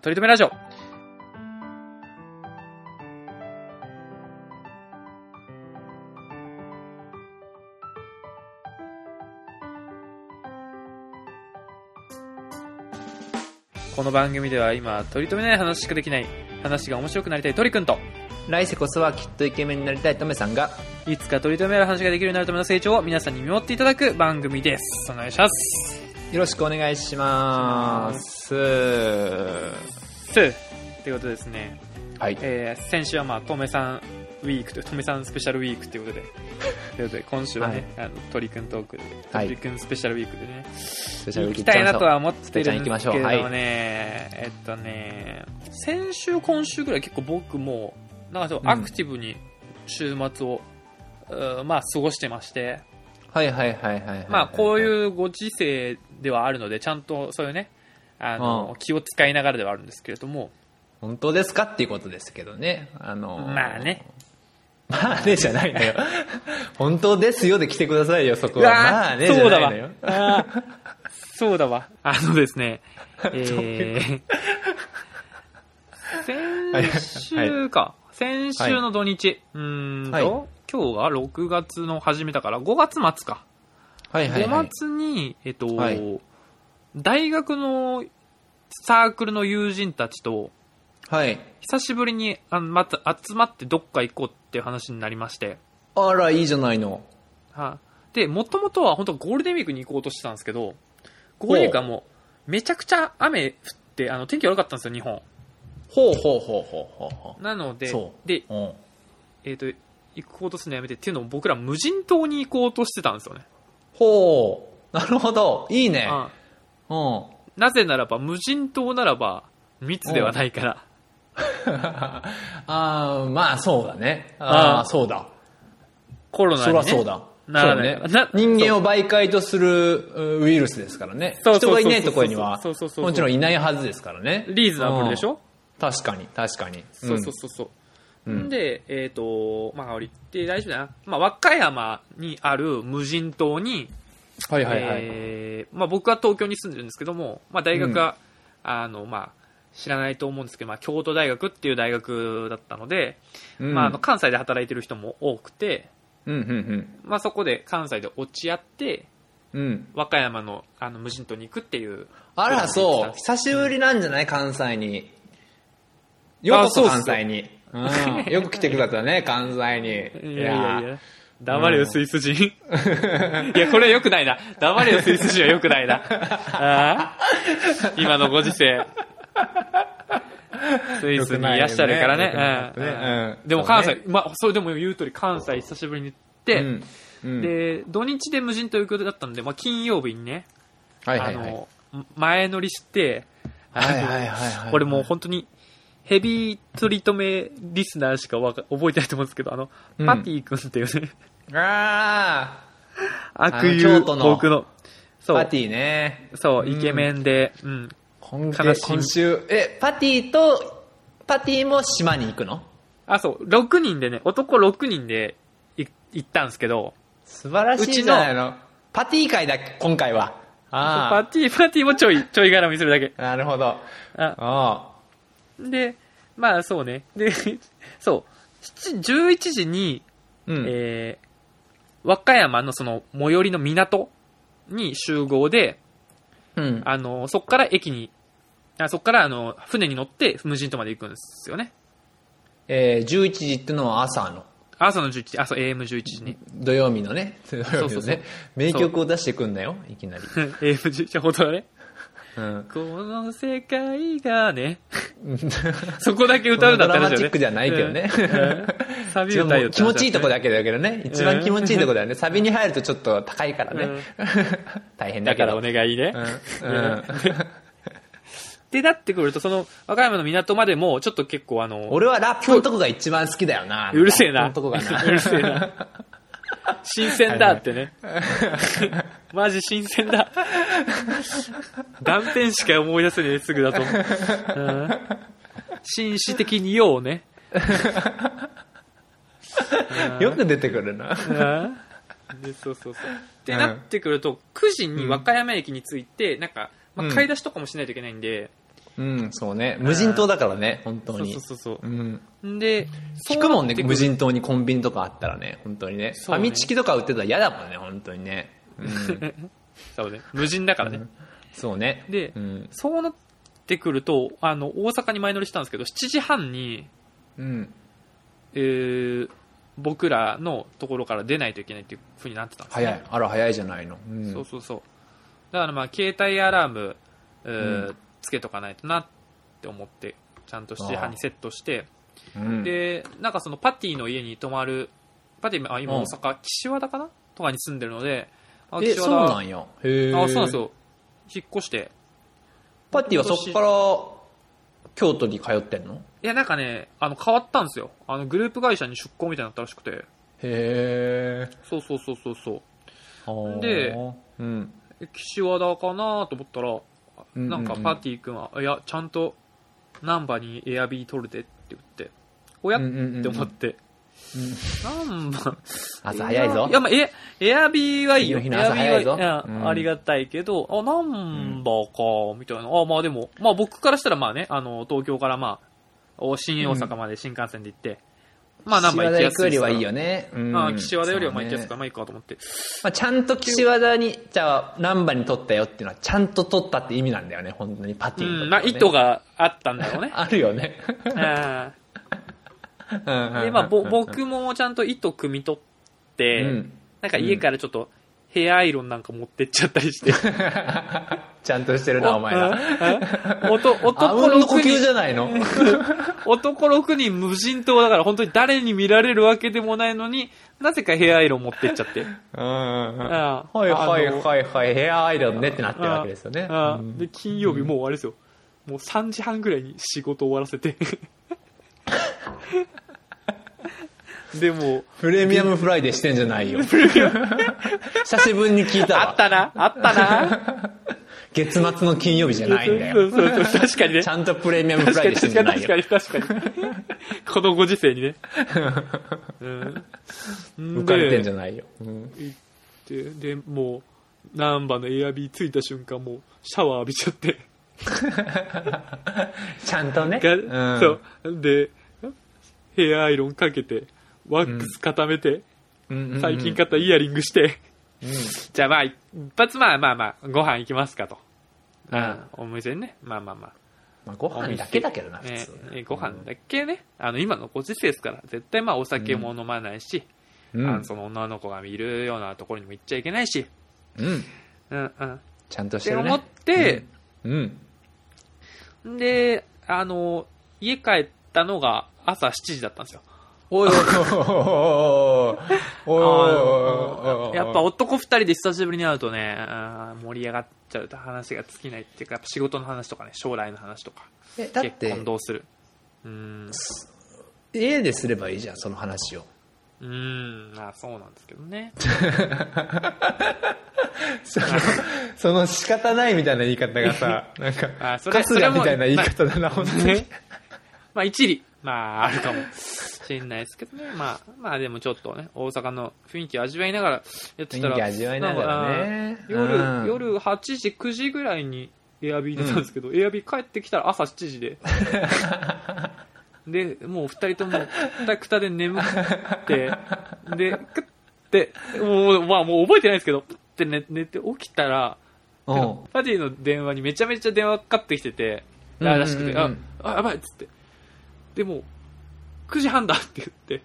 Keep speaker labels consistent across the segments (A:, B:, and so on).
A: とりとめラジオ。この番組では今取り留めない話しかできない、話が面白くなりたいトリくんと、
B: 来世こそはきっとイケメンになりたいトメさんが、
A: いつか取り留める話ができるようになるための成長を皆さんに見守っていただく番組です。お願いします。
B: よろしくお願いします。
A: ということですね。
B: はい。
A: 先週はトメさんウィークというトメさんスペシャルウィークということで、ということで今週はね、トリくんトークで、トリくんスペシャルウィークでね、
B: スペシャルウィーク
A: 行きたいなとは思ってるんですけれどもね、
B: はい、
A: 先週今週ぐらい結構僕もなんかアクティブに週末を、過ごしてまして、
B: はいはいはいはい、
A: まあこういうご時世ではあるのでちゃんとそういうね気を使いながらではあるんですけれども、
B: 本当ですかっていうことですけどね、
A: まあね
B: まあねじゃないのよ本当ですよで来てくださいよ、そこは。まあねじゃないのよ。
A: そうだわ。ですね、先週の土日、今日が6月の初めだから5月末か。5月に、大学のサークルの友人たちと、久しぶりにまた集まってどっか行こうっていう話になりまして。
B: あら、いいじゃないの。
A: で、もともとは本当ゴールデンウィークに行こうとしてたんですけど、ゴールデンウィークはもうめちゃくちゃ雨降って天気悪かったんですよ、日本。なので、行こうとするのやめてっていうのを僕ら無人島に行こうとしてたんですよね。
B: なるほど、いいね。
A: なぜならば無人島ならば密ではないから。
B: まあそうだね。そうだ。
A: コロナにね。
B: そりゃそうだ。そうね。人間を媒介とするウイルスですからね。人がいないところにはもちろんいないはずですからね。
A: リーズナブルでしょ。
B: 確かに確かに。
A: そう。で、降りて大丈夫だな。和歌山にある無人島に、僕は東京に住んでるんですけども、大学が、知らないと思うんですけど、京都大学っていう大学だったので、関西で働いてる人も多くて、そこで関西で落ち合って、和歌山の無人島に行くっていう。
B: あら、そう。久しぶりなんじゃない？関西に。ようこそ関西に。よく来てくださったね、関西に。
A: いや。黙れよ、スイス人。いや、これ良くないな。黙れよ、スイス人は良くないな。今のご時世。スイスにいらっしゃるからね。でも関西、それでも言う通り関西久しぶりに行って、で、土日で無人島行く予定だったんで、金曜日にね、前乗りして、これもう本当に、ヘビー取り留めリスナーしか覚えてないと思うんですけど、パティ君っていうね。悪友僕の。
B: パティね。
A: そう、イケメンで、
B: 今週、パティも島に行くの？
A: そう、6人でね、男6人で行ったんですけど。
B: 素晴らしいじゃないの。パティ会だ、今回は。
A: パティもちょい絡みするだけ。
B: なるほど。
A: で、そうね。で、そう、11時に、和歌山のその最寄りの港に集合で、そこからそこから船に乗って無人島まで行くんですよね。
B: 11時ってのは朝の
A: 11時、AM11 時に。
B: 土曜日のね。名曲を出してくんだよ、いきなり。
A: AM11 時、本当だね。この世界がねそこだけ歌うんだったら
B: ドラマチックじゃないけどね、
A: サビ歌いよ
B: 気持ちいいとこだけだけどね、一番気持ちいいとこだよね。サビに入るとちょっと高いからね、大変だけど。
A: だからお願いね。でなってくると、その和歌山の港までもちょっと結構
B: 俺はラップのとこが一番好きだよな。
A: うるせえな。
B: う
A: るせえな。新鮮だってね。マジ新鮮だ。断片しか思い出せねえ、すぐだと。紳士的にようね。
B: よく出てくるな。
A: そう。ってなってくると、9時に和歌山駅に着いて、買い出しとかもしないといけないんで、
B: そうね。無人島だからね、本当に。
A: そう。で、
B: 聞くもんね、無人島にコンビニとかあったらね、本当にね。ファミチキとか売ってたら嫌だもんね、本当にね。
A: そうね。無人だからね。
B: そうね。
A: で、そうなってくると、大阪に前乗りしたんですけど、7時半に、僕らのところから出ないといけないっていう風になってたんですね。
B: 早いじゃないの。
A: そう。だからまあ、携帯アラーム、つけとかないとなって思って、ちゃんと7時半にセットして、で、なんかそのパティの家に泊まる、パティ、今大阪、岸和田かなとかに住んでるので、
B: 岸和田。そうなんや。へ
A: そうなんですよ。引っ越して。
B: パティはそこから京都に通ってんの？
A: いや、なんかね、変わったんですよ。グループ会社に出向みたいになったらしくて。
B: へー。
A: そう。で、岸和田かなと思ったら、なんかパティ君は、いや、ちゃんと難波にエアビー取るでって言って、おやって思って、難波
B: 朝早いぞ。
A: いや、まあ、エアビーはいいよ。
B: 日の朝早いぞ。
A: ありがたいけど、難波か、みたいな。まあでも、まあ僕からしたらまあね、東京からまあ、新大阪まで新幹線で行って、まあ難波行きやすいですから。
B: 岸和田よりはいいよね。
A: 岸和田よりはまあ行きやすいから、まあいいかと思って。
B: まあちゃんと岸和田に、じゃあ難波に取ったよっていうのは、ちゃんと取ったって意味なんだよね、本当にパティの、ね。
A: まあ意図があったんだろうね。
B: あるよね。
A: で、まあ僕もちゃんと糸組み取って、なんか家からちょっとヘアアイロンなんか持ってっちゃったりして。
B: ちゃんとしてるな、お前ら。
A: 男
B: の呼吸じゃないの？
A: 男6人無人島だから本当に誰に見られるわけでもないのに、なぜかヘアアイロン持ってっちゃって。
B: はい、ヘアアイロンねってなってるわけですよね。
A: で、金曜日もうあれですよ。もう3時半ぐらいに仕事終わらせて。でも
B: プレミアムフライデーしてんじゃないよ。久しぶりに聞いたわ。
A: あったな。
B: 月末の金曜日じゃないんだよ。
A: そう、確かにね。
B: ちゃんとプレミアムフライデーしてんじゃないよ。
A: 確かに。このご時世にね。
B: 浮かれてんじゃないよ。
A: で、もう、難波のエアビー着いた瞬間、もう、シャワー浴びちゃって。
B: ちゃんとね。
A: そう。で、ヘアアイロンかけて、ワックス固めて、最近買ったイヤリングして、じゃあまあ、一発まあ、ご飯行きますかと。お店にね、まあ。
B: ご飯だけだけどな、普通。
A: ご飯だけね、今のご時世ですから、絶対まあお酒も飲まないし、その女の子が見るようなところにも行っちゃいけないし、
B: ちゃんとしてるね。
A: って思って、で、家帰ったのが朝7時だったんですよ。
B: おい
A: やっぱ男2人で久しぶりに会うとね、盛り上がっちゃうと話が尽きないっていうか、やっぱ仕事の話とかね、将来の話とか、
B: だって
A: 結婚どうする。
B: 家ですればいいじゃん、その話を。
A: まあそうなんですけどね。
B: その仕方ないみたいな言い方がさ、なんか春日みたいな言い方だな、本当に。
A: まあ一理あるかもしれないですけどね。まあでもちょっとね、大阪の雰囲気を味わいながらやってたら、
B: 雰囲気味わいながらね。
A: 夜8時9時ぐらいにエアビー出たんですけど、エアビー帰ってきたら朝7時で。で、もう二人ともくたくたで眠ってで、クッてもう覚えてないですけど、プッて寝て起きたら、パティの電話にめちゃめちゃ電話かかってきてて、らしくて、やばいっつって。でも、9時半だって言って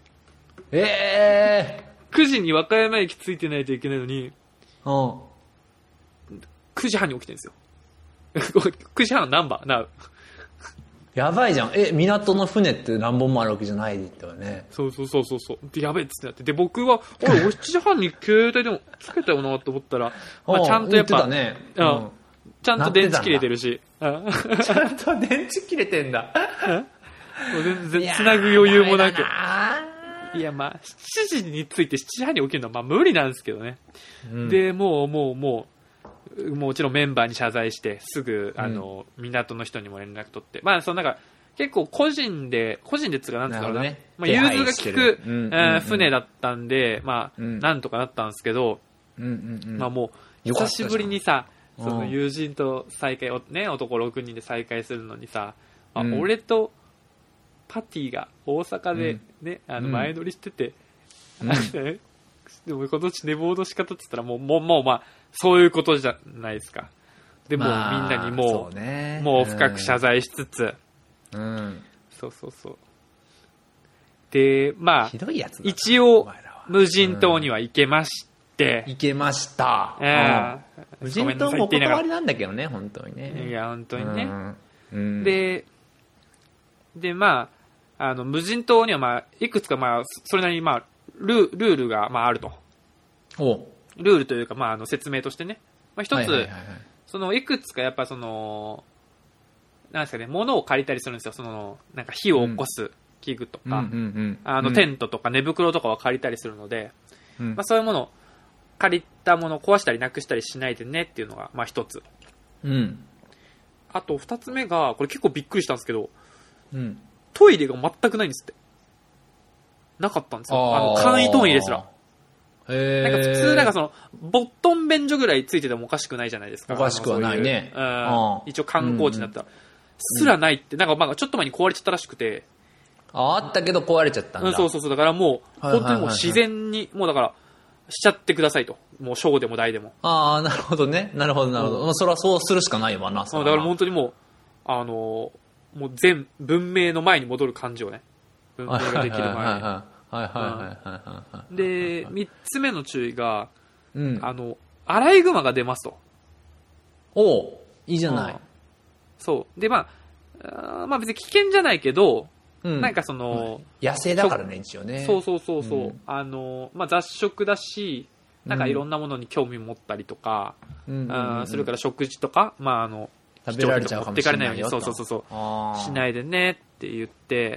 A: 。9時に和歌山駅着いてないといけないのに、9時半に起きてるんですよ。9時半ナンバー、なう。
B: やばいじゃん。港の船って何本もあるわけじゃないってね。
A: そう。で、やべえっつってなって。で、僕は、俺7時半に携帯でもつけたよなと思ったら、ちゃんとやっぱ、ちゃんと電池切れてるし。
B: ちゃんと電池切れてんだ。
A: 全然繋ぐ余裕もなく。いや、7時に着いて7時半に起きるのは無理なんですけどね。で、もちろんメンバーに謝罪して、すぐ、港の人にも連絡取って。結構個人でつかなんですかね。融通が利く、船だったんで、なんとかなったんですけど、もう、久しぶりにさ、 その友人と再会をね、男6人で再会するのにさ、俺とパティが大阪でね、前乗りしてて、でも今年寝坊の仕方って言ったらもうまあ、そういうことじゃないですか。でも、みんなにもう深く謝罪しつつ、そうそうそう。で、まあ、
B: ひどいやつ
A: 一応、無人島には行けまして、
B: 行けました。無人島もお断りなんだけどね、本当にね。
A: いや、本当にね。で、まあ、無人島には、まあ、いくつか、まあ、それなりに、まあ、ルールが、まあ、あると。ルールというか、まあ、説明としてね。まあ、一つ、いくつか、やっぱなんですかね、物を借りたりするんですよ。なんか火を起こす器具とか、テントとか寝袋とかは借りたりするので、まあ、そういうものを、借りたものを壊したりなくしたりしないでねっていうのが、まあ、一つ。あと、二つ目が、これ結構びっくりしたんですけど、トイレが全くないんですって。なかったんですよ。簡易トイレですら。なんか普通、なんかボットン便所ぐらいついててもおかしくないじゃないですか。
B: おかしくはないね。
A: 一応観光地になったら。すらないって、なんかまあちょっと前に壊れちゃったらしくて。
B: あったけど壊れちゃったんだ。
A: そうそうそう。だからもう、本当にもう自然に、もうだから、しちゃってくださいと。もう小でも大でも。
B: なるほどね。なるほど、なるほど。それはそうするしかないわな。
A: だから本当にもう、もう文明の前に戻る感じをね。文明ができる前に。で、3つ目の注意が、アライグマが出ますと。
B: いいじゃない。
A: そう。で、まあ別に危険じゃないけど、なんか
B: 野生だからね、一応ね。
A: そう。まあ雑食だし、なんかいろんなものに興味持ったりとか、それから食事とか、まあ
B: 食べられちゃうかもしれないよ。
A: そうしないでねって言って、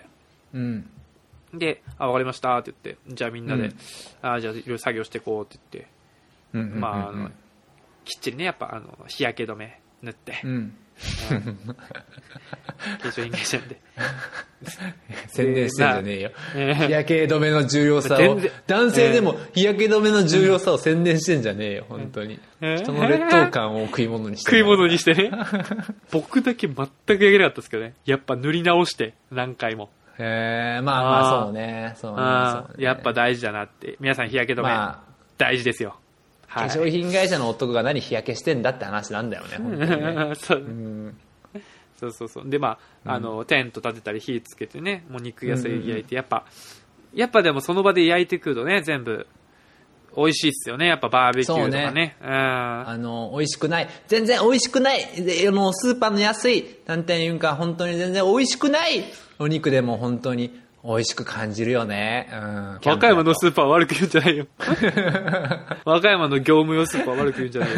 A: で、わかりましたって言って、じゃあみんなで、じゃあいろいろ作業していこうって言って、まあきっちりね、やっぱ日焼け止め塗って、化粧品会社で
B: 宣伝してんじゃねえよ。日焼け止めの重要さを、男性でも日焼け止めの重要さを宣伝してんじゃねえよ、本当に。人の劣等感を食い物にして。
A: 食い物にしてね。僕だけ全く焼けなかったですけどね。やっぱ塗り直して、何回も。
B: まあそうね。
A: やっぱ大事だなって。皆さん日焼け止め、大事ですよ。
B: 化粧品会社の男が何日焼けしてんだって話なんだよね、本当にね。
A: そう。で、まあ、テント立てたり火つけてね、もう肉野菜焼いて、やっぱでもその場で焼いてくるとね、全部、美味しいっすよね。やっぱバーベキューとかね。
B: 美味しくない。全然美味しくない。スーパーの安い、なんていうか、本当に全然美味しくないお肉でも本当に美味しく感じるよね。
A: 和歌山のスーパー悪く言うんじゃないよ。和歌山の業務用スーパー悪く言うんじゃないよ。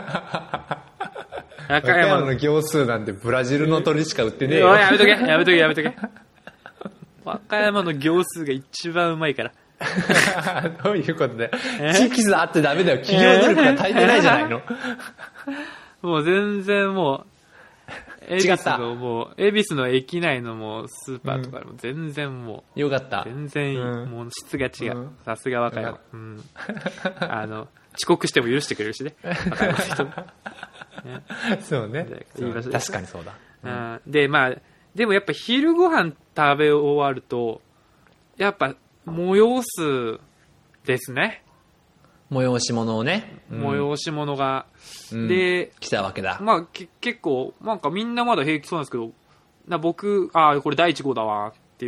B: 和歌山の業数なんてブラジルの鳥しか売ってねえよ。
A: やめとけ。和歌山の業数が一番うまいから。
B: どういうことだよ。地域差あってダメだよ。企業努力が足りてないじゃないの。
A: もう全然もう、恵比寿の駅内のもうスーパーとかでも全然もう、
B: よかった。
A: 全然いい。もう質が違う。さすが和歌山。遅刻しても許してくれるしね。和歌山の人。
B: そうね。確かにそうだ。
A: で、まあ、でもやっぱ昼ご飯食べ終わると、やっぱ催すですね。
B: 催し物をね。
A: 催し物が。で、
B: 来たわけだ。
A: まあ結構、なんかみんなまだ平気そうなんですけど、僕、これ第1号だわって言って、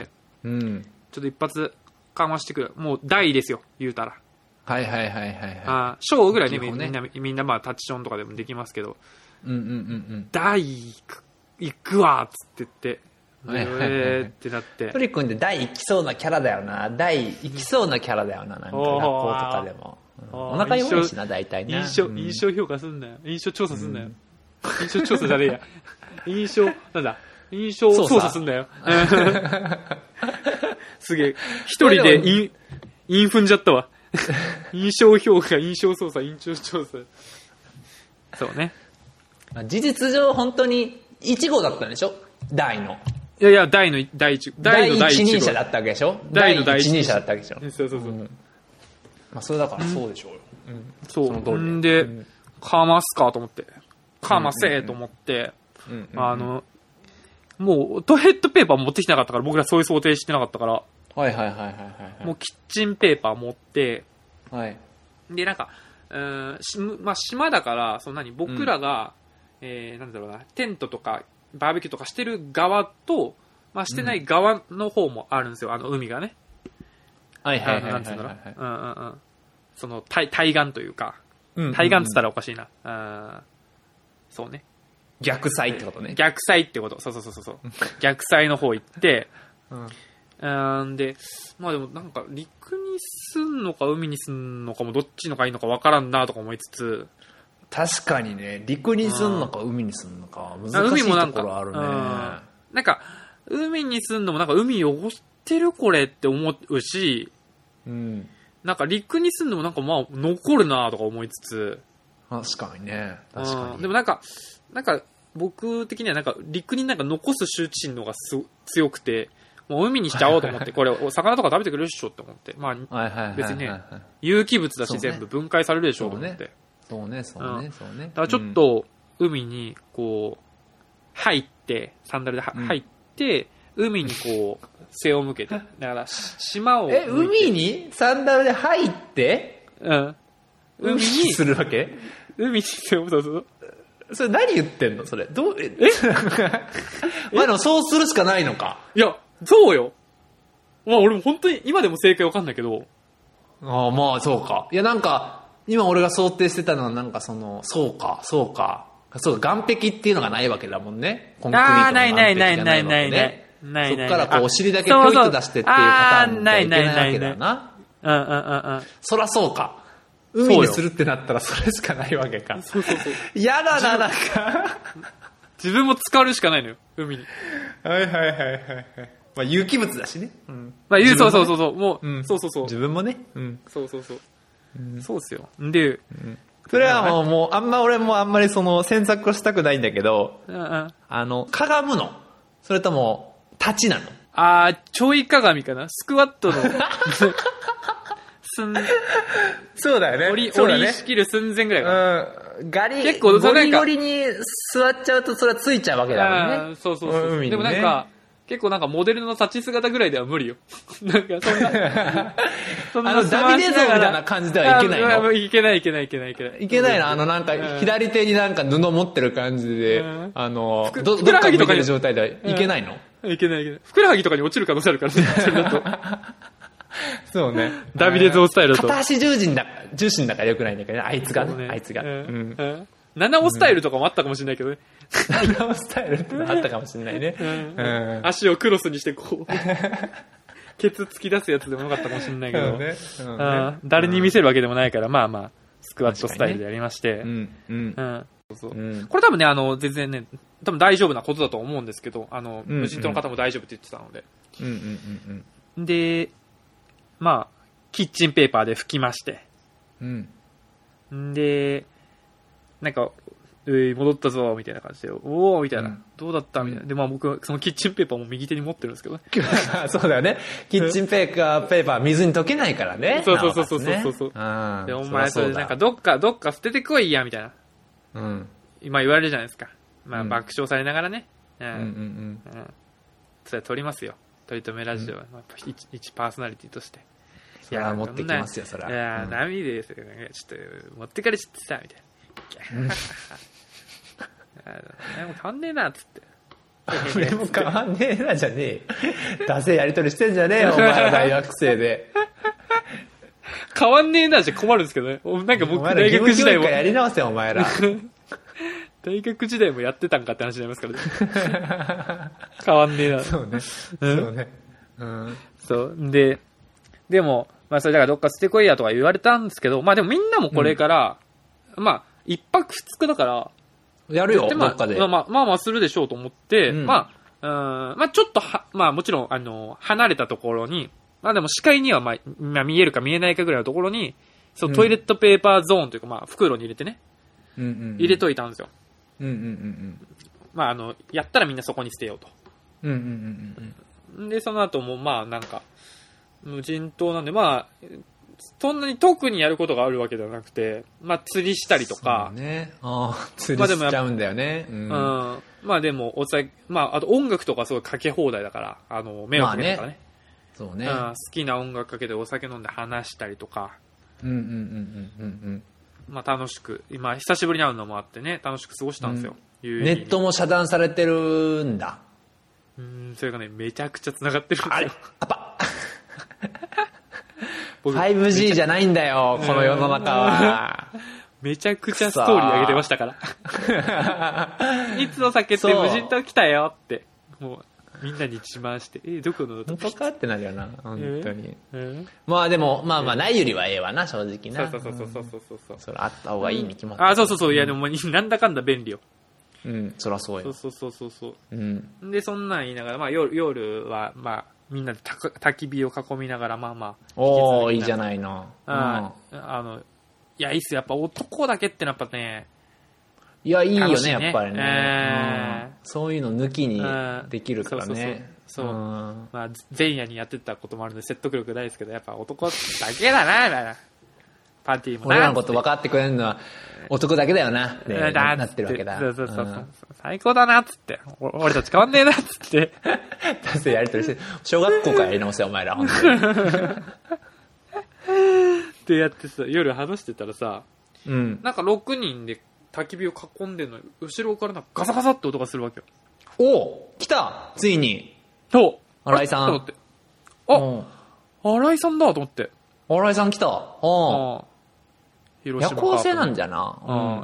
A: ちょっと一発緩和してくる。もう大ですよ、言うたら。
B: はい。
A: 小ぐらいね、みんなまあタッチションとかでもできますけど、大行くわっつって言って、ってなって。
B: トリ君って大行きそうなキャラだよな。大行きそうなキャラだよな。なんか学校とかでも。お腹弱いしな、大体な。
A: 印象評価すんなよ。印象調査すんなよ。印象調査じゃねえや。印象操作すんだよ。すげえ。一人でイン踏んじゃったわ。印象評価、印象操作、印象調査。そうね。
B: 事実上本当に1号だったんでしょ、大の。
A: いや、第一
B: 人者だったわけでしょ。第一人者だったわけでしょ。
A: そう。
B: まあそれだからそうでしょうよ。
A: そう。で、 かますかと思って。かませーと思って、もうトイレットペーパー持ってきてなかったから、僕らそういう想定してなかったから、
B: はいはいはいはいはい。
A: もうキッチンペーパー持って、
B: はい。
A: で、なんか、まあ、島だから、僕らが、なんだろうな、テントとか、バーベキューとかしてる側と、まあ、してない側の方もあるんですよ、海がね。
B: はいはいはいはい。
A: なんつうんだろう。その、対岸というか、対岸っつったらおかしいな。そうね。
B: 逆サイってことね。
A: 逆サイってこと。そう。逆サイの方行って、で、まあでもなんか陸にすんのか海にすんのかもどっちのがいいのかわからんなとか思いつつ。
B: 確かにね、陸にすんのか海にすんのか難しいところあるね。
A: なんか、海にすんのもなんか海汚してるこれって思うし、なんか陸にすんのもなんかまあ残るなとか思いつつ。
B: 確かにね。確かに。
A: でもなんか僕的にはなんか陸になんか残す羞恥心の方が強くて、もう海にしちゃおうと思って、これ魚とか食べてくれるでしょって思って。まあ、別にね、有機物だし全部分解されるでしょと思って。
B: そうね。
A: だからちょっと海にこう、入って、サンダルで入って、海にこう、背を向けて。だから島を。
B: 海にサンダルで入って海にするわけ？
A: 海に背を、そう。
B: それ何言ってんのそれ。まあでもそうするしかないのか。
A: いや、そうよ。まあ俺も本当に今でも正解わかんないけど。
B: ああ、まあそうか。いやなんか、今俺が想定してたのはなんかそうか。そうか、岸壁っていうのがないわけだもんね。コンクリートの岸壁がないわけね。そっからこうお尻だけピョイッと出してっていうパターンじゃいけないわけだな。そらそうか。海にするってなったらそれしかないわけか。
A: そう。
B: 嫌だな、なんか。
A: 自分も浸かるしかないのよ、海に。
B: はい。まあ有機物だしね。
A: まあそう。もう、そう。
B: 自分もね。
A: そう。そうっすよ。で、
B: それはもう俺もあんまりその詮索をしたくないんだけど、かがむの？それとも、立ちなの？
A: ちょい鏡かな？スクワットの。
B: そうだよね。
A: 折りしきる寸前ぐらいかな。
B: 結構ゴリゴリに座っちゃうとそれはついちゃうわけだもんね。
A: そう。でもなんか、結構なんかモデルの立ち姿ぐらいでは無理よ。なんか
B: そんなダビデ像みたいな感じではいけないの？
A: いけない。いけない
B: な。なんか左手になんか布持ってる感じで、どっか向いてる状態ではいけないの？
A: いけない。ふくらはぎとかに落ちる可能性あるからね。それだと。
B: そうね。
A: ダビデ像スタイルだと。
B: 片足重心だから良くないんだけどね。あいつが。
A: 七尾スタイルとかもあったかもしれないけどね。
B: 七尾スタイルってあったかもしれないね。
A: 足をクロスにしてこう、ケツ突き出すやつでもよかったかもしれないけど、誰に見せるわけでもないから、まあ、スクワットスタイルでやりまして。これ多分ね、全然ね、多分大丈夫なことだと思うんですけど、無人島の方も大丈夫って言ってたので。で、まあ、キッチンペーパーで拭きまして。で、なんか、戻ったぞ、みたいな感じで、おー、みたいな、どうだったみたいな。で、まあ僕、そのキッチンペーパーも右手に持ってるんですけどね。
B: そうだよね。キッチンペーパー水に溶けないからね。
A: そう。で、お前それなんかどっか捨ててこいや、みたいな。今言われるじゃないですか。まあ爆笑されながらね。それは撮りますよ。とりとめラジオは、一パーソナリティとして。
B: いや、持ってきますよ、それは。
A: いや、ダメですよ。ちょっと、持ってかれちゃってさ、みたいな。もう変わんねえな、つって。
B: 俺も変わんねえな、じゃねえ。ダセえやりとりしてんじゃねえよ、お前ら大学生で。
A: 変わんねえな、じゃ困るんですけどね。なんか僕、
B: 大学時代も。やり直せよ、お前ら。
A: 大学時代もやってたんかって話になりますからね。変わんねえな。
B: そうね。
A: そう。でも、まあそれだからどっか捨てこいやとか言われたんですけど、まあでもみんなもこれから、まあ、一泊二日だから、
B: やるよ、どっかで。
A: まあするでしょうと思って、まあちょっとまあもちろん、離れたところに、まあでも視界にはまあ見えるか見えないかぐらいのところに、そう、トイレットペーパーゾーンというか、まあ袋に入れてね、入れといたんですよ。まあやったらみんなそこに捨てようと。で、その後もまあなんか、無人島なんで、まあ、 そんなに特にやることがあるわけではなくて、まあ釣りしたりとか。
B: そうね。釣りしちゃうんだよね。
A: まあでも、まあ、あと音楽とかすごいかけ放題だから、迷惑だからね。
B: そうね。
A: 好きな音楽かけてお酒飲んで話したりとか。まあ楽しく、今久しぶりに会うのもあってね、楽しく過ごしたんですよ。
B: ネットも遮断されてるんだ。
A: それがね、めちゃくちゃ繋がってるんですよ。
B: 5G じゃないんだよ、この世の中は。
A: めちゃくちゃストーリー上げてましたから。いつお酒って無人島来たよって。もう、みんなに自慢して、どこの
B: 本当かってなるよな、本当に。まあでも、まあないよりはええわな、正直な。
A: そう。
B: それあった方がいいに決まってる。
A: そう。いやでも、なんだかんだ便利よ。
B: そらそうよ。
A: そう。で、そんなん言いながら、まあ夜は、まあ、みんなで焚き火を囲みながら、まあ。
B: いいじゃないの。
A: いや、いいっすよ。やっぱ男だけってのはやっぱね。
B: いや、いいよね、やっぱりね。そういうの抜きにできるからね。
A: そう。まあ、前夜にやってたこともあるんで説得力ないですけど、やっぱ男だけだな、みたいな。パーティーもな。
B: 俺らのこと分かってくれるのは男だけだよなってなってるわけだ。
A: そう。最高だな、つって。俺たち変わんねえな、つって。
B: だってやりとりして、小学校からやり直せよ、お前ら、ほんとに。
A: ってやってさ、夜話してたらさ、なんか6人で焚き火を囲んでんの、後ろからなんかガサガサって音がするわけよ。
B: 来たついに。
A: そう。
B: 新井さん。
A: 新井さんだと思って。
B: 新井さん来た。
A: 広島
B: 夜行性なんじゃな。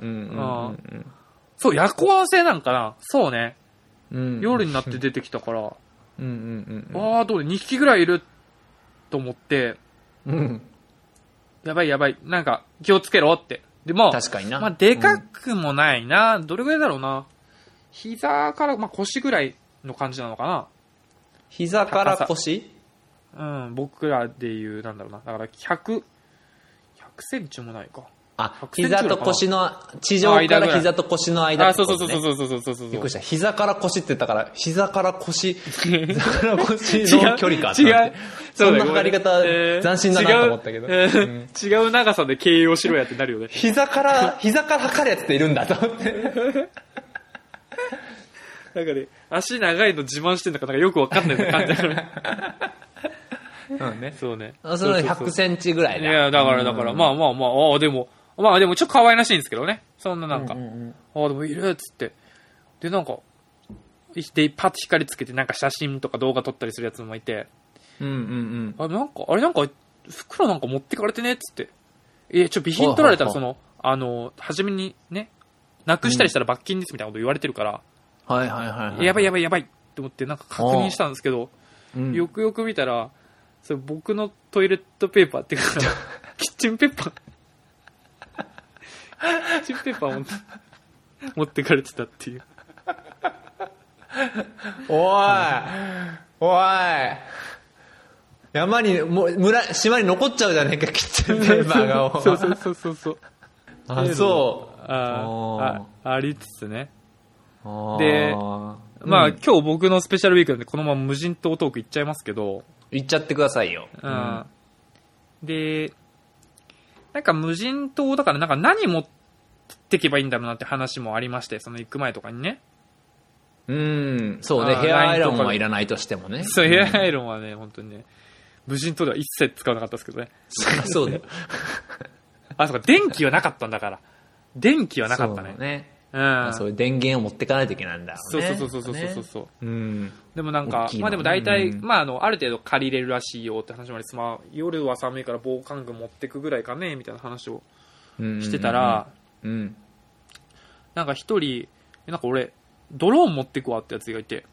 A: そう、夜行性なんかな。そうね。夜になって出てきたから。どれ2匹ぐらいいると思って、やばい、なんか気をつけろって。でも、
B: 確かにな。
A: まあ、でかくもないな。どれぐらいだろうな。膝から、まあ、腰ぐらいの感じなのかな。
B: 膝から腰？
A: 僕らでいう、なんだろうな。だから100センチもないか。
B: 膝と腰の、地上から膝と腰の間ってことね。
A: そう。
B: びっくりした。膝から腰って言ったから、膝から腰の距離かって。そんな測り方、斬新だなと思ったけど。
A: 違う長さで形容しろやってなるよね。
B: 膝から測るやつっているんだと思って。
A: なんかね、足長いの自慢してんのかなんかよくわかんない感じだから。そうね。
B: それ100センチぐらいだ。
A: いや、だから、まあ、でもちょっと可愛らしいんですけどね。そんななんか、でもいるっつって。で、なんか、で、パッと光つけてなんか写真とか動画撮ったりするやつもいて。なんか、袋なんか持ってかれてねっつって。備品取られたら初めにね、なくしたりしたら罰金ですみたいなこと言われてるから。やばいって思ってなんか確認したんですけど、よくよく見たら、それ僕のトイレットペーパーっていうか、キッチンペーパー持ってかれてたっていう。
B: おい山に、島に残っちゃうじゃねえか、キッチンペーパーが。
A: そう。
B: あ
A: りつつね。で、まあ今日僕のスペシャルウィークなんでこのまま無人島トーク行っちゃいますけど。
B: 行っちゃってくださいよ。
A: で、なんか無人島だからなんか何持ってけばいいんだろうなって話もありまして、その行く前とかにね。
B: そうね、ヘアアイロンはいらないとしてもね。
A: そう、ヘアアイロンはね、本当にね、無人島では一切使わなかったですけどね。
B: そうだよ。
A: そうか、電気はなかったんだから。電気はなかったね。
B: そういう電源を持ってかないといけないんだろうね。
A: そう。でもなんか、まあでも大体、ある程度借りれるらしいよって話もあります。まあ夜は寒いから防寒具持ってくぐらいかねみたいな話をしてたら、なんか一人、なんか俺、ドローン持ってくわってやつがいて。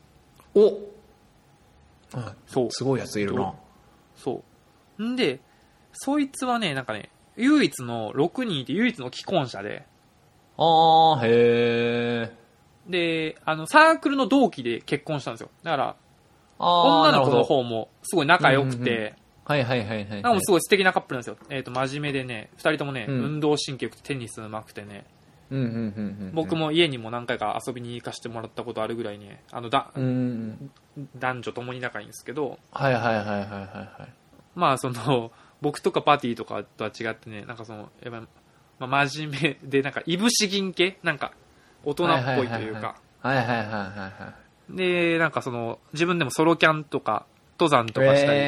B: そう。すごいやついるな。
A: そう。んで、そいつはね、なんかね、唯一の6人いて唯一の既婚者で。
B: へ
A: ー。で、サークルの同期で結婚したんですよ。だから、女の子の方もすごい仲良くて、なんかもうすごい素敵なカップルなんですよ。真面目でね、二人ともね、運動神経良くてテニス上手くてね、僕も家にも何回か遊びに行かせてもらったことあるぐらいね、男女ともに仲いいんですけど、まあ僕とかパティとかとは違ってね、なんかその、やっぱ、まあ、真面目で、なんか、いぶし銀系なんか、大人っぽいというか。
B: はいはいはいはい。
A: で、なんかその、自分でもソロキャンとか、登山とかしたりして、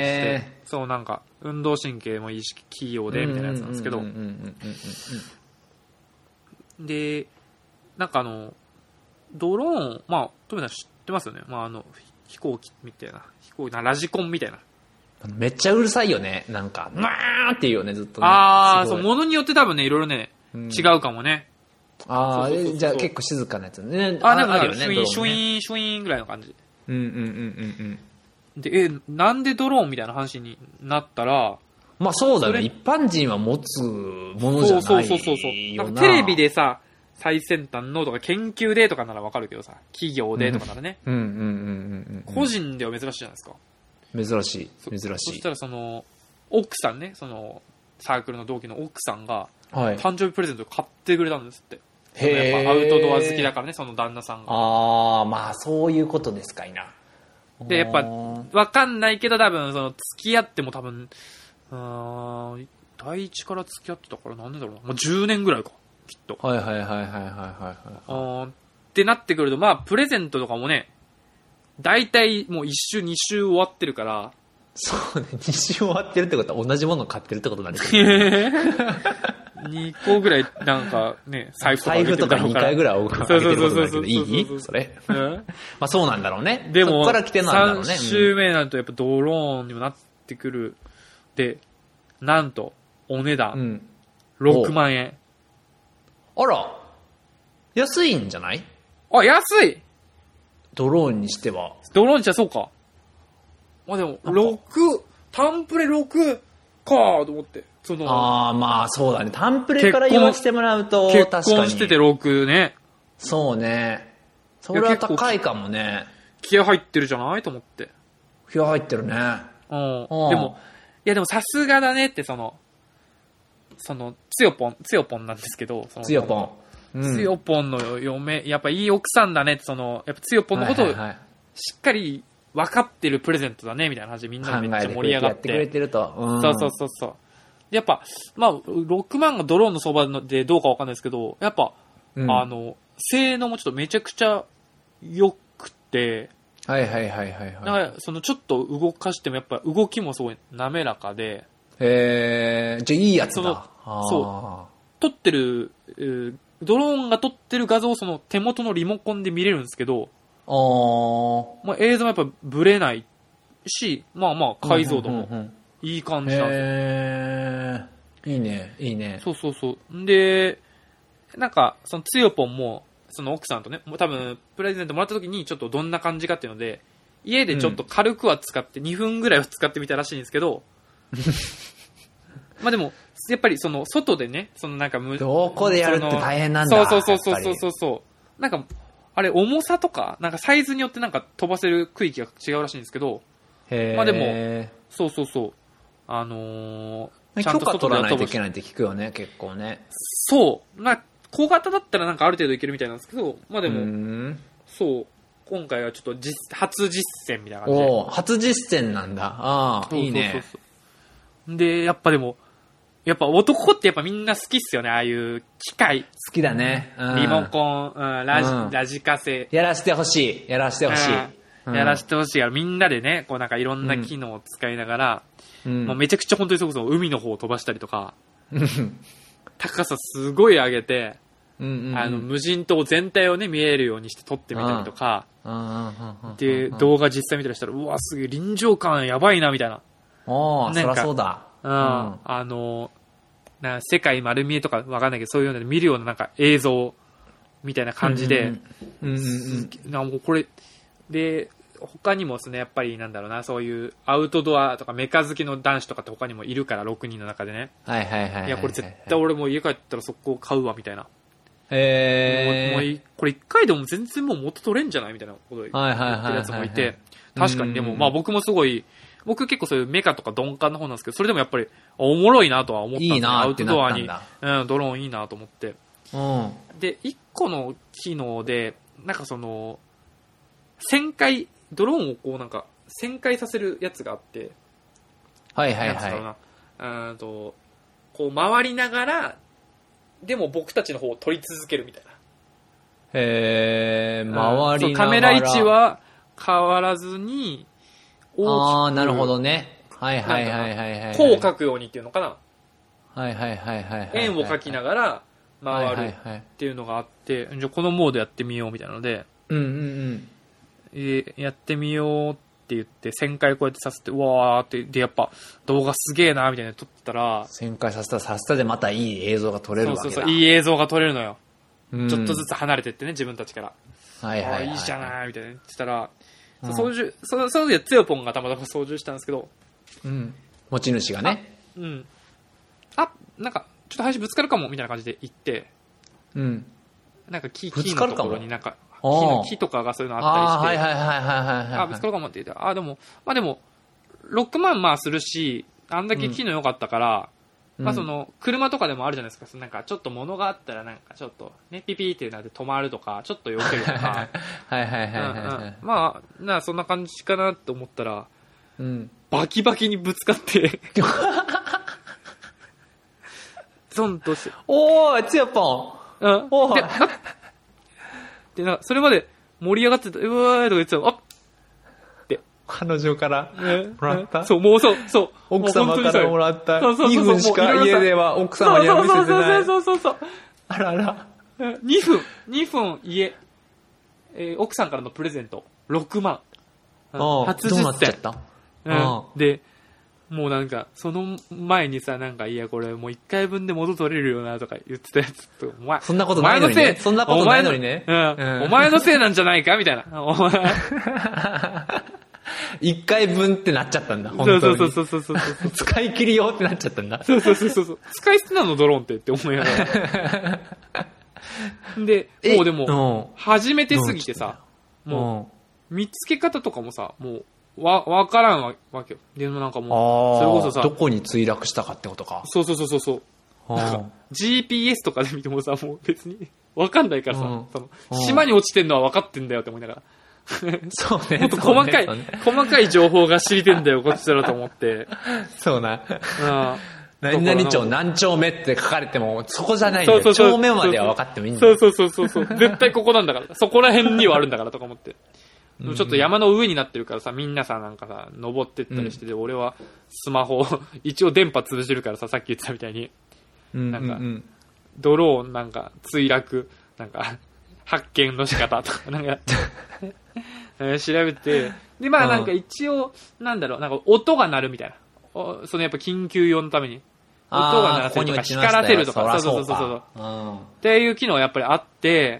A: そうなんか、運動神経もいいし、器用で、みたいなやつなんですけど。で、なんかドローン、まあ、トメさん知ってますよね。まあ飛行機みたいな、ラジコンみたいな。
B: めっちゃうるさいよね。なんか、なーっていうよね、ずっとね。
A: そう、ものによって多分ね、いろいろね、違うかもね。
B: じゃあ結構静かなやつね。
A: でもなんか、シュイーン、シュイーン、シュイーンぐらいの感じ。で、なんでドローンみたいな話になったら、
B: まあそうだね。一般人は持つものじゃないよな。
A: そう。なんかテレビでさ、最先端のとか研究でとかならわかるけどさ、企業でとかならね。個人では珍しいじゃないですか。
B: 珍しい。
A: そしたら奥さんね、サークルの同期の奥さんが、誕生日プレゼント買ってくれたんですって。やっぱアウトドア好きだからね、その旦那さんが。
B: まあそういうことですかいな。
A: で、やっぱ、わかんないけど多分、付き合っても多分、第一から付き合ってたから何年だろうな。もう10年ぐらいか、きっと。ってなってくると、まあ、プレゼントとかもね、大体もう1周2周終わってるから。
B: そうね、2周終わってるってことは同じものを買ってるってことなんですよね。
A: 2個ぐらい、なんかね、財布
B: とか2回ぐらいあげてることだけど、いいそれ。まあそうなんだろうね。
A: でも、
B: そこから来てなんだろうね。
A: 3周目になるとやっぱドローンにもなってくる。で、なんと、お値段、6万円。
B: あら、安いんじゃない？
A: 安い！
B: ドローンにしては。
A: ドローンにしてはそうか。まあでも、タンプレ6かと思って。
B: まあそうだね。タンプレから言わせてもらうと、確かに。
A: 結婚してて6ね。
B: そうね。それは高いかもね。
A: 気合入ってるじゃないと思って。
B: 気合入ってるね。
A: でもさすがだねって、つよぽんなんですけど、
B: つよぽん。
A: つよぽんの嫁、やっぱいい奥さんだねって、やっぱつよぽんのことをしっかり分かってるプレゼントだねみたいな話でみんなでめっちゃ盛り上がって。
B: やってくれてると。
A: そう。やっぱ、まあ、6万がドローンの相場でどうかわかんないですけど、やっぱ、性能もちょっとめちゃくちゃ良くて、だからちょっと動かしてもやっぱ動きもすごい滑らかで、
B: じゃあいいやつだ。
A: 撮ってる、ドローンが撮ってる画像を手元のリモコンで見れるんですけど、まあ、映像もやっぱブレないし、まあまあ解像度もいい感じなんですよ。
B: いいね、いいね。
A: そう。で、なんか、つよぽんも、奥さんとね、多分、プレゼントもらった時に、ちょっとどんな感じかっていうので、家でちょっと軽くは使って、2分ぐらいは使ってみたらしいんですけど、まあでも、やっぱり外でね、なんか
B: どこでやるって大変なんだ。
A: そう。なんか、あれ、重さとか、なんかサイズによってなんか飛ばせる区域が違うらしいんですけど、まあでも、そう。
B: ちゃんと許可取らないといけないって聞くよね、結構ね。
A: そう。まあ、小型だったらなんかある程度いけるみたいなんですけど、まあでも、そう。今回はちょっと初実践みたいな感じで。
B: 初実践なんだ。いいね。
A: で、やっぱでも、やっぱ男ってやっぱみんな好きっすよね、ああいう機械。
B: 好きだね。
A: リモコン、ラジカセ。
B: やらしてほしいから、
A: みんなでね、こうなんかいろんな機能を使いながら、もうめちゃくちゃ本当にそれこそ海の方を飛ばしたりとか、高さすごい上げて、無人島全体をね、見えるようにして撮ってみたりとか、で、動画実際見たりしたら、うわ、すげえ臨場感やばいな、みたいな。
B: そりゃそうだ。
A: 世界丸見えとかわかんないけど、そういうので見るようななんか映像みたいな感じで、もうこれ、で、他にもですね、やっぱりなんだろうな、そういうアウトドアとかメカ好きの男子とかって他にもいるから、6人の中でね。いや、これ絶対俺もう家帰ったら速攻買うわ、みたいな。もうこれ1回でも全然もう元取れんじゃないみたいなことを言ってるやつもいて、確かにでも、まあ僕もすごい、僕結構そういうメカとか鈍感の方なんですけど、それでもやっぱりおもろいなとは思ったんですよ。
B: いいなってなったんだ。
A: アウトドアに、ドローンいいなと思って。で、1個の機能で、なんか旋回、ドローンをこうなんか旋回させるやつがあって、 こう回りながら、でも僕たちの方を撮り続けるみたいな。
B: 回りながら。
A: カメラ位置は変わらずに、
B: 大きく。なるほどね。はいはいはいはい。
A: 弧を描くようにっていうのかな。
B: はいはいはいはい。
A: 円を描きながら回るっていうのがあって、じゃあこのモードやってみようみたいなので、やってみようって言って1000回こうやってさせて、うわーって、でやっぱ動画すげえなみたいな撮ってたら、
B: 1000回させたでまたいい映像が撮れるわけだ。
A: そういい映像が撮れるのよ。ちょっとずつ離れてってね、自分たちから。
B: はいはいはい。
A: いいじゃないみたいな言ってたら、その時はつよぽんがたまたま操縦したんですけど、
B: 持ち主がね。
A: なんかちょっと林ぶつかるかもみたいな感じで行って、なんか木のところになんか木とかがそういうのあったりして、ぶつかるかもって言って、でも6万するし、あんだけ木の良かったから、その車とかでもあるじゃないですか、なんかちょっと物があったらなんかちょっとねピピーってなって止まるとか、ちょっと避けるとか、そんな感じかなと思ったら、バキバキにぶつかってゾンとして、
B: おーつよぽん、
A: でなんかそれまで盛り上がってた、うわーとか言ってたの、
B: 彼女からもらった、
A: そう
B: 奥様からもらった2分しか家では奥様には見せてない。
A: そう
B: あらら、
A: 2分家、奥さんからのプレゼント6万、初実践。どうなっちゃった？でもうなんかその前にさ、なんかいやこれもう1回分で元取れるよなとか言ってたやつと、お前
B: そんなことないのにね、そんなことないのにね、
A: お前のせいなんじゃないかみたいな、お前
B: 1回分ってなっちゃったんだ、本当に。
A: そう
B: 使い切りよってなっちゃったんだ。
A: そう使い捨てなのドローンって思いながらでもうでも初めてすぎてさ、もう見つけ方とかもさ、もうわからんわけよ。でもなんかもうそれこそさ、
B: どこに墜落したかってことか。
A: そうなんか GPS とかで見てもさ、もう別にわかんないからさ、その島に落ちてんのは分かってんだよって思いながら
B: そうね。
A: もっと細かい情報が知りてんだよ、こっちだろと思って。
B: そうな。何々町何丁目って書かれても、そこじゃないんだよ。丁目までは分かってもいいんだよ。
A: そう。絶対ここなんだから。そこら辺にはあるんだからとか思って。ちょっと山の上になってるからさ、みんなさ、なんかさ、登ってったりしてて、俺はスマホ、一応電波潰してるからさ、さっき言ってたみたいに。なんか、ドローンなんか、墜落、なんか、発見の仕方とか、なんか、調べて、で、なんか一応、なんか音が鳴るみたいな。そのやっぱ緊急用のために。音が鳴らせるとか、光らせるとか、そう。っていう機能がやっぱりあって、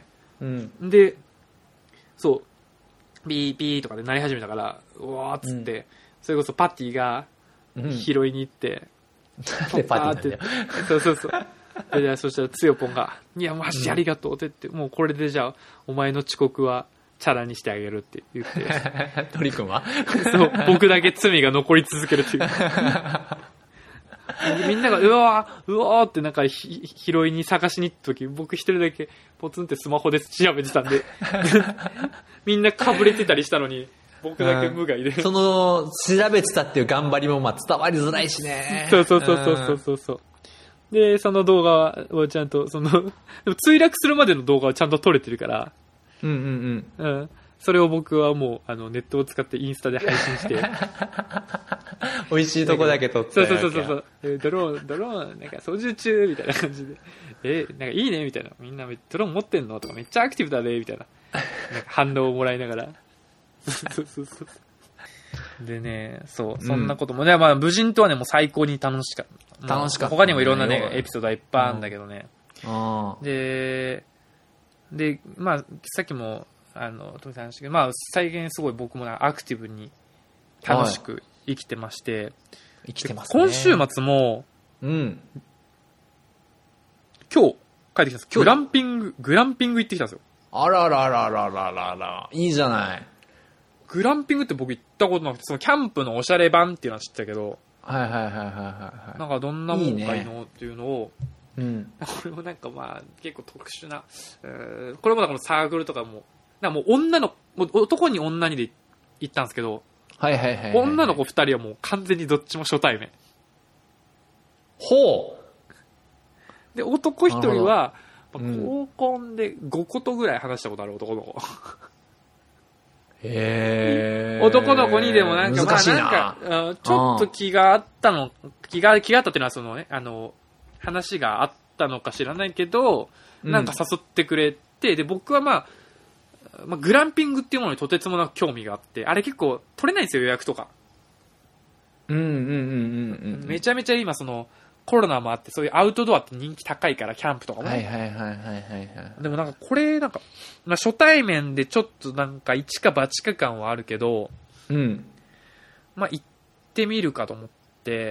A: で、そう、ビーピーとかで鳴り始めたから、うわーっつって、それこそパティが拾いに行って、
B: でパティなんだよ。
A: そう。で、そしたらつよぽんが、いや、マジありがとうって言って、もうこれでじゃあ、お前の遅刻は、チャラにしてあげるって言って。
B: 鳥くんは
A: そう、僕だけ罪が残り続けるっていう。みんながうわーってなんか拾いに探しに行った時、僕一人だけポツンってスマホで調べてたんでみんなかぶれてたりしたのに僕だけ無害で、
B: その調べてたっていう頑張りも伝わりづらいしね。
A: そうでその動画をちゃんとでも墜落するまでの動画はちゃんと撮れてるから、それを僕はもうネットを使ってインスタで配信して
B: 美味しいとこだけ撮って、
A: そうドローンなんか操縦中みたいな感じで、なんかいいねみたいな、みんなドローン持ってんのとかめっちゃアクティブだねみたいな、なんか反応をもらいながらでね、そんなこともね、無人島はねもう最高に楽しかった。他にもいろんなねエピソードはいっぱいあるんだけどね。でさっきも富さん話したけど、最近すごい僕もアクティブに楽しく生きてまして、
B: 生きてますね。
A: 今週末も、今日帰ってきたんです。グランピング行ってきたんですよ。
B: あら、いいじゃない。
A: グランピングって僕行ったことなくて、そのキャンプのおしゃれ版っていうのは知ったけど、なんかどんなもんかいのっていうのを、これもなんか結構特殊な、これもだからサークルとかも、もう男に女にで行ったんですけど、女の子2人はもう完全にどっちも初対面。
B: ほ
A: う。で、男一人は、合コンで5ことぐらい話したことある男の子。男の子にでもなんか、
B: 難しいな。
A: まあなんか、ちょっと気があったっていうのはそのね、話があったのか知らないけど、なんか誘ってくれて、で、僕はまあ、グランピングっていうものにとてつもなく興味があって、あれ結構取れないんですよ、予約とか。めちゃめちゃ今コロナもあって、そういうアウトドアって人気高いから、キャンプとかも。でもなんかこれなんか、まあ初対面でちょっとなんか一か八か感はあるけど、まあ行ってみるかと思って。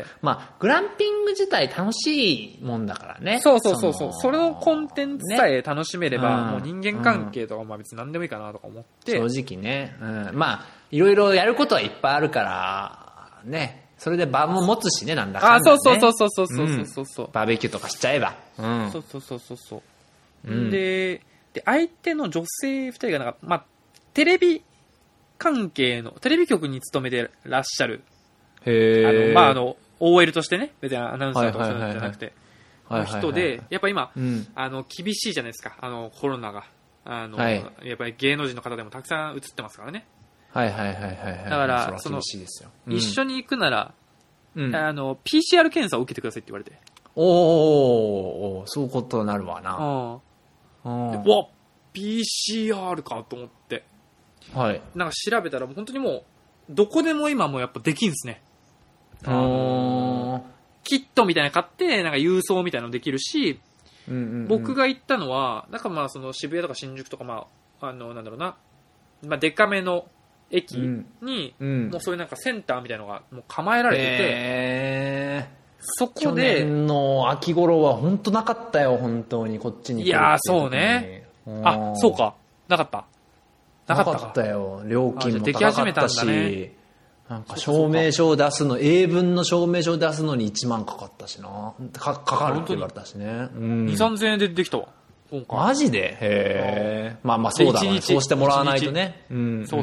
B: まあ、グランピング自体楽しいもんだからね。
A: そう。それをコンテンツさえ楽しめれば、もう人間関係とかまあ別に何でもいいかなとか思って。
B: 正直ね。まあ、いろいろやることはいっぱいあるから、ね。それで場も持つしね、なんだかんだ、ね。
A: そう。
B: バーベキューとかしちゃえば。
A: そう。で、相手の女性二人がなんか、まあ、テレビ局に勤めてらっしゃる。まあOL としてね、別にアナウンサーとかそういうのじゃなくて、の人で、やっぱ今、厳しいじゃないですか、コロナが。やっぱり芸能人の方でもたくさん映ってますからね。だから、一緒に行くなら、PCR 検査を受けてくださいって言われて。
B: そういうことになるわな。
A: わ、PCR かと思って。なんか調べたら、本当にもう、どこでも今もやっぱできんすね。キットみたいなの買って、なんか郵送みたいなのできるし、僕が行ったのは、なんかまあ渋谷とか新宿とかなんだろうな、まあデカめの駅に、もうそういうなんかセンターみたいなのがもう構えられてて、そこで。去
B: 年の秋頃は本当なかったよ、本当にこっちに来るって。
A: いやー、そうね。そうか。なかった。
B: なかったよ。料金も高かったし。なんか証明書を出すの、英文の証明書を出すのに1万かかったしな。かかるって言われたしね。
A: 2、3000円でできたわ。
B: マジでまあそうだね。そうしてもらわないとね。
A: そう。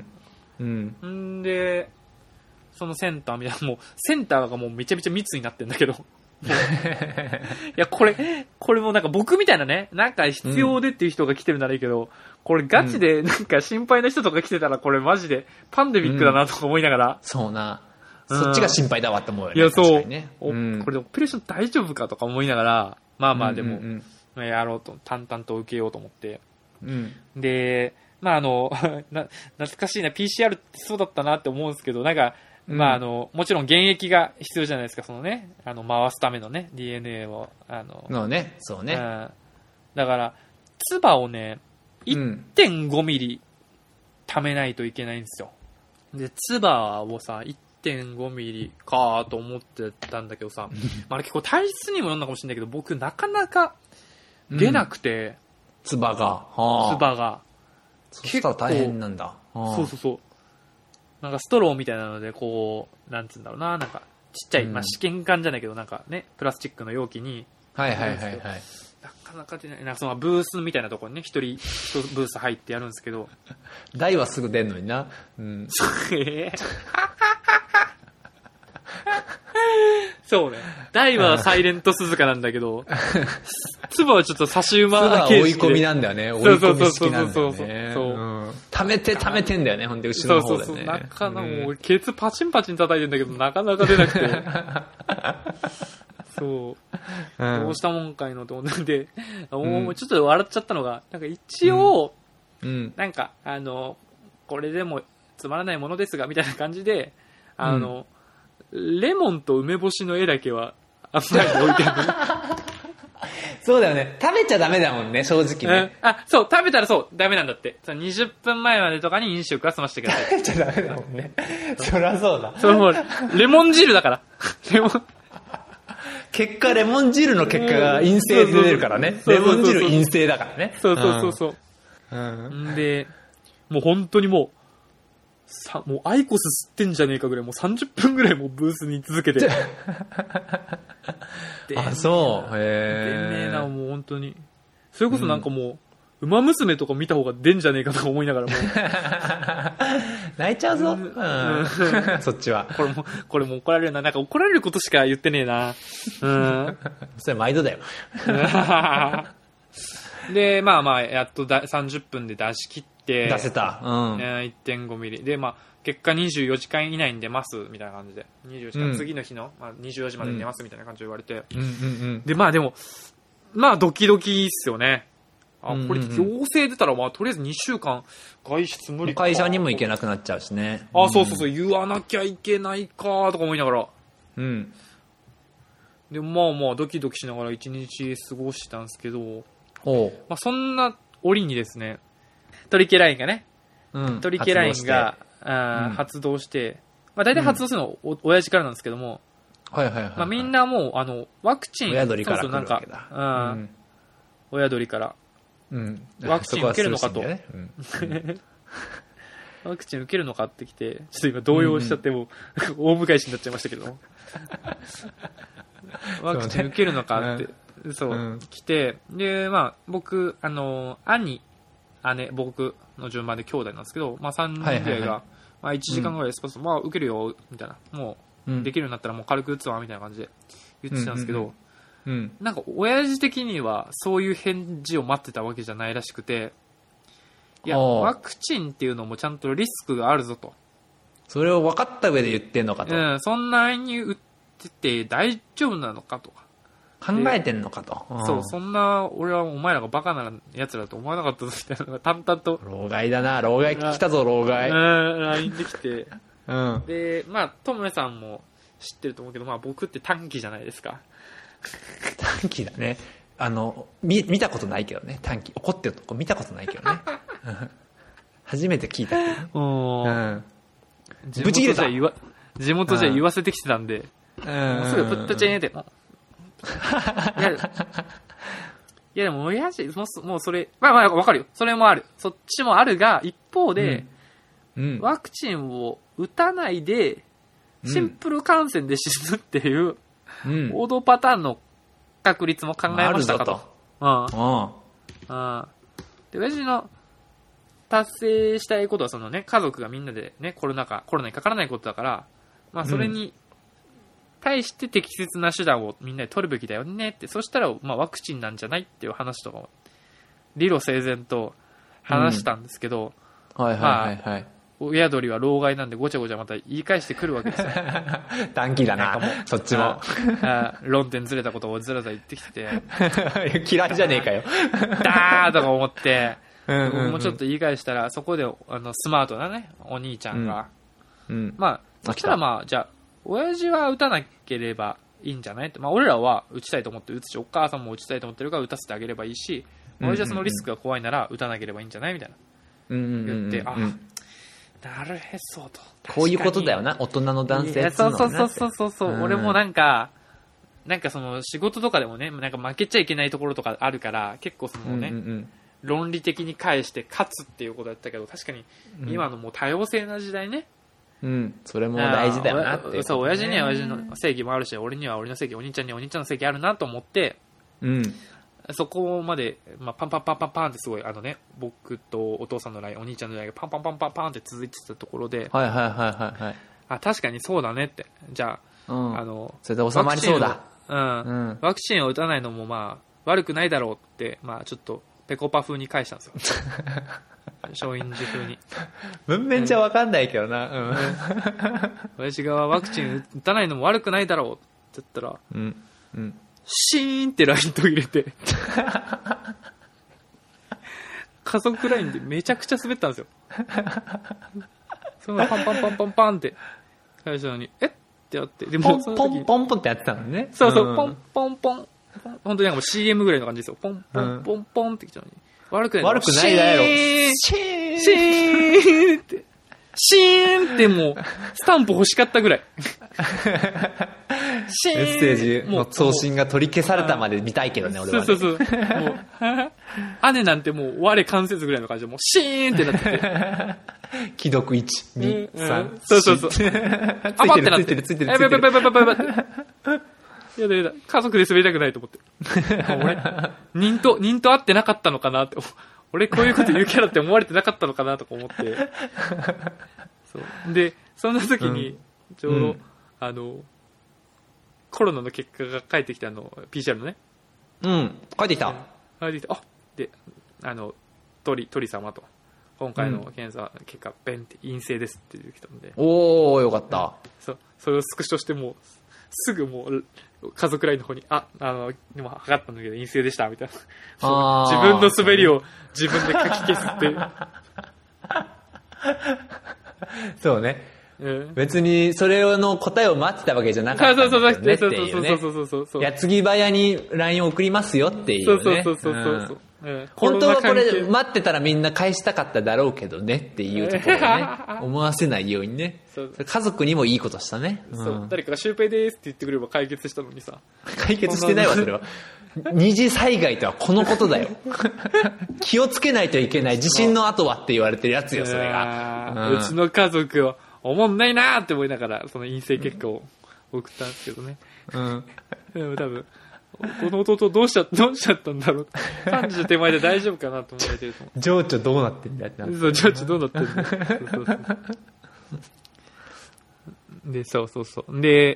A: で、そのセンターみたいな、もう、センターがもうめちゃめちゃ密になってんだけど。いや、これもなんか僕みたいなね、なんか必要でっていう人が来てるならいいけど、これガチでなんか心配な人とか来てたらこれマジでパンデミックだなとか思いながら。
B: そうな。そっちが心配だわって思うよね。
A: いや、そう。これでオペレーション大丈夫かとか思いながら、まあまあでも、やろうと、淡々と受けようと思って。で、まあ懐かしいな、PCR ってそうだったなって思うんですけど、なんか、まあもちろん原液が必要じゃないですか、そのね、回すためのね、DNA を、
B: そうね。
A: だから、唾をね、1.5 ミリ溜めないといけないんですよ。で、唾をさ、1.5 ミリかと思ってたんだけどさ、まあ、結構体質にもよるのかもしれないけど、僕なかなか出なくて、
B: 唾が。そしたら大変なんだ。
A: そう。なんかストローみたいなので、こう、なんつうんだろうな、なんか、ちっちゃい、まあ、試験管じゃないけど、なんかね、プラスチックの容器に。なかなか出ない。なんかそのブースみたいなところにね、一ブース入ってやるんですけど。
B: 台はすぐ出んのにな。
A: そうね。台はサイレント鈴鹿なんだけど、唾はちょっと差し馬
B: 形式で。追い込みなんだよね。追い込み式なんだよね。そう。溜めてんだよね、ほんで後ろの方でね。
A: そう。なかなかもう、ケツパチンパチン叩いてんだけど、なかなか出なくて。そう。どうしたもんかいのと思って、もうちょっと笑っちゃったのが、なんか一応、なんか、これでもつまらないものですが、みたいな感じで、レモンと梅干しの絵だけは、あんまり置いてある。
B: そうだよね。食べちゃダメだもんね、正直ね。
A: そう、食べたらそう、ダメなんだって。20分前までとかに飲食は済ましてください。
B: 食べちゃダメだもんね。そりゃそうだ。
A: もう、レモン汁だから。
B: 結果、レモン汁の結果が陰性で出るからね。レモン汁陰性だからね。
A: そう。で、もう本当にもうアイコス吸ってんじゃねえかぐらい、もう30分ぐらいもうブースに居続けて。
B: そう。
A: 出ねえな、もう本当に。それこそなんかもう、 馬娘とか見た方が出んじゃねえかとか思いながらも。
B: 泣いちゃうぞ。そっちは。
A: これも怒られるな。なんか怒られることしか言ってねえな。
B: それ毎度だよ。
A: で、まあ、やっと30分で出し切って。
B: 出せた。
A: 1.5 ミリ。で、結果24時間以内に出ます、みたいな感じで。24時間、次の日の、24時までに出ます、みたいな感じで言われて。で、でも、ドキドキっすよね。これ、陽性出たら、とりあえず2週間外出無理か。
B: 会社にも行けなくなっちゃうしね。
A: そう、言わなきゃいけないか、とか思いながら。で、ドキドキしながら1日過ごしたんですけど、そんな折にですね、トリケラインがね、トリケラインが発動して、大体発動するのは親父からなんですけども、みんなもう、ワクチン、
B: 親鳥から来るわけだ。
A: 親鳥から。ワクチン受けるのかと。ワクチン受けるのかってきて、ちょっと今動揺しちゃっても大迎えしになっちゃいましたけど。ワクチン受けるのかって、来て、で、僕、兄、姉、僕の順番で兄弟なんですけど、3人ぐらいが、1時間ぐらいスパス、受けるよ、みたいな。もう、できるようになったらもう軽く打つわ、みたいな感じで言ってたんですけど、なんか、親父的には、そういう返事を待ってたわけじゃないらしくて、いや、ワクチンっていうのもちゃんとリスクがあるぞと。
B: それを分かった上で言ってんのかと。
A: そんなに打ってて大丈夫なのかとか。
B: 考えてんのかと。
A: そんな、俺はお前らがバカな奴らと思わなかったぞ、みたいなのが淡々と。
B: 老害だな、老害来たぞ、老害。
A: LINE できて。で、ともえさんも知ってると思うけど、僕って短期じゃないですか。
B: 短期だね。見たことないけどね、短期。怒ってるとこ見たことないけどね。初めて聞いたけど。ぶち切れた。
A: 地元じゃ言わせてきてたんで、もうすぐぶったちゃんで、いやでも親父、もうそれ、わかるよ。それもある。そっちもあるが、一方で、ワクチンを打たないで、シンプル感染で死ぬっていう、王道パターンの確率も考えましたかと。で、親父の達成したいことはそのね、家族がみんなでね、コロナにかからないことだから、それに対して適切な手段をみんなで取るべきだよねって、そしたら、ワクチンなんじゃないっていう話とかを、理路整然と話したんですけど、親鳥は老害なんでごちゃごちゃまた言い返してくるわけですよ。
B: 短期だな、そっちも。
A: 論点ずれたことをずらずら言ってきてて。
B: 嫌いじゃねえかよ。
A: だーとか思って、もうちょっと言い返したら、そこでスマートなね、お兄ちゃんが、そしたらじゃあ、親父は打たなければいいんじゃないって、俺らは打ちたいと思って打つし、お母さんも打ちたいと思ってるから打たせてあげればいいし、親父はそのリスクが怖いなら打たなければいいんじゃないみたいな。言って、なるへそと。
B: こういうことだよな、大人の男性っていうのは。
A: そう。俺もなんかその仕事とかでもね、なんか負けちゃいけないところとかあるから、結構そのね、論理的に返して勝つっていうことだったけど、確かに今のもう多様性な時代ね。
B: それも大事だよなっていう、
A: そう、親父には親父の正義もあるし、俺には俺の正義、お兄ちゃんにはお兄ちゃんの正義あるなと思って、そこまで、パンパンパンパンパンってすごい、僕とお父さんのライン、お兄ちゃんのラインがパンパンパンパンパンって続いてたところで、確かにそうだねって。じゃあ、
B: それで収まりそうだ。
A: ワクチンを打たないのも悪くないだろうって、ちょっとペコパ風に返したんですよ。松陰寺風に。
B: 文面じゃわかんないけどな。
A: 親父がワクチン打たないのも悪くないだろうって言ったら、シーンって LINE 途切れて。家族 LINE でめちゃくちゃ滑ったんですよ。そのパンパンパンパンパンって返したのに、ってやって。でも
B: ポンポンポンポンってやってたのね。
A: そう、ポンポンポン。本当になんか CM ぐらいの感じですよ。ポンポンポンポンってきたのに。悪くない
B: だろ。
A: シーンって。シーンってもう、スタンプ欲しかったぐらい。
B: メッセージの送信が取り消されたまで見たいけどね、俺は。
A: そう。もう、姉なんてもう、我関節ぐらいの感じで、もう、シーンってなってて。
B: 既読1、2、3。
A: そう。あばってなって。
B: ついてる。
A: やばい。やだ。家族で滑りたくないと思って。俺、人と会ってなかったのかなって俺こういうこと言うキャラって思われてなかったのかなとか思って。そうで、そんな時に、ちょうど、コロナの結果が返ってきたPCR のね。
B: 帰ってきた。
A: で、鳥様と、今回の検査結果、ベンって陰性ですって言ってきたんで。
B: おー、よかった。
A: それをスクショしてもう、すぐもう、家族ラインの方に、でも測ったんだけど陰性でした、みたいな。自分の滑りを自分で書き消すっていう。
B: そうね。別にそれの答えを待ってたわけじゃなかったんですよねっていうね。矢継ぎ早に LINE を送りますよっていうね。本当はこれ待ってたらみんな返したかっただろうけどねっていうところをね、思わせないようにね。家族にもいいことしたね。
A: 誰かがシュウペイですって言ってくれば解決したのにさ。
B: 解決してないわ、それは。二次災害とはこのことだよ。気をつけないといけない。地震の後はって言われてるやつよ、それが。
A: うちの家族をおもんないなーって思いながら、その陰性結果を送ったんですけどね。でも多分、この弟どうしちゃったんだろう。30手前で大丈夫かなと思われてると思う。
B: 情緒どうなってんだってな。
A: そう、情緒どうなってんだ。で、そう。で、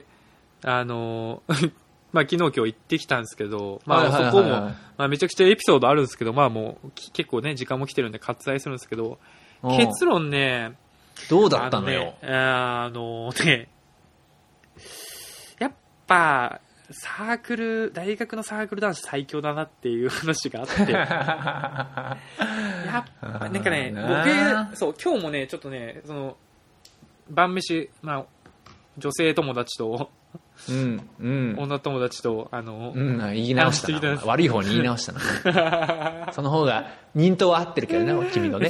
A: 昨日今日行ってきたんですけど、そこも、めちゃくちゃエピソードあるんですけど、もう結構ね、時間も来てるんで割愛するんですけど、結論ね、
B: どうだったのよ。
A: やっぱ、大学のサークル男子最強だなっていう話があって。やっぱ、なんかね、今日もね、ちょっとね、晩飯、女性友達と、女友達と、
B: 言い直したな。悪い方に言い直したな。その方が、人とは合ってるけどね、君のね。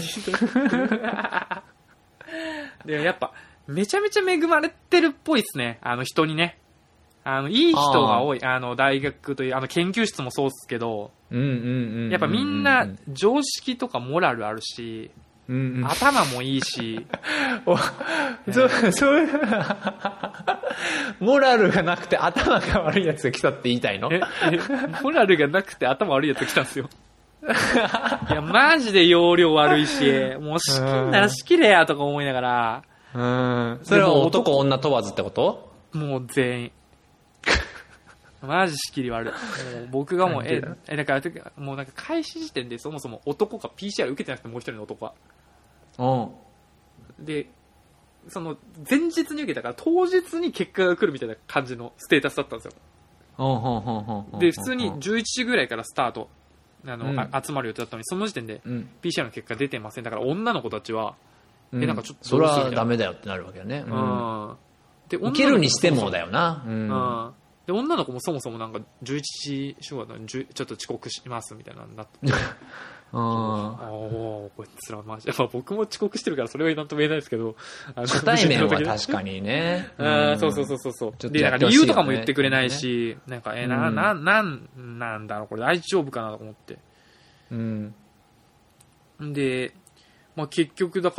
A: で、やっぱ、めちゃめちゃ恵まれてるっぽいですね、人にね。いい人が多い。大学という、研究室もそうですけど、やっぱみんな、常識とかモラルあるし、頭もいいし、
B: そういう、モラルがなくて頭が悪いやつが来たって言いたいの？
A: モラルがなくて頭悪いやつが来たんですよ。いや、マジで容量悪いし、もう仕切んなら仕切れやとか思いながら。
B: それは男女問わずってこと？
A: もう全員。マジ仕切り悪い。もう僕がもう、だから、もうなんか開始時点でそもそも男が PCR 受けてなくてもう一人の男は。で、その前日に受けたから当日に結果が来るみたいな感じのステータスだったんですよ。で、普通に11時ぐらいからスタート、集まる予定だったのに、その時点で PCR の結果出てません。だから女の子たちは、なんかちょっと
B: それはダメだよってなるわけよね。で、受けるにしてもだよな。
A: で、女の子もそもそもなんか11時集合だったのにちょっと遅刻しますみたいなのになって。こいつらマジ。僕も遅刻してるからそれはなんとも言えないですけど。
B: 初対面は確かにね。
A: そう。で、なんか理由とかも言ってくれないし、なんか、なんだろう、これ大丈夫かなと思って。で、結局だから、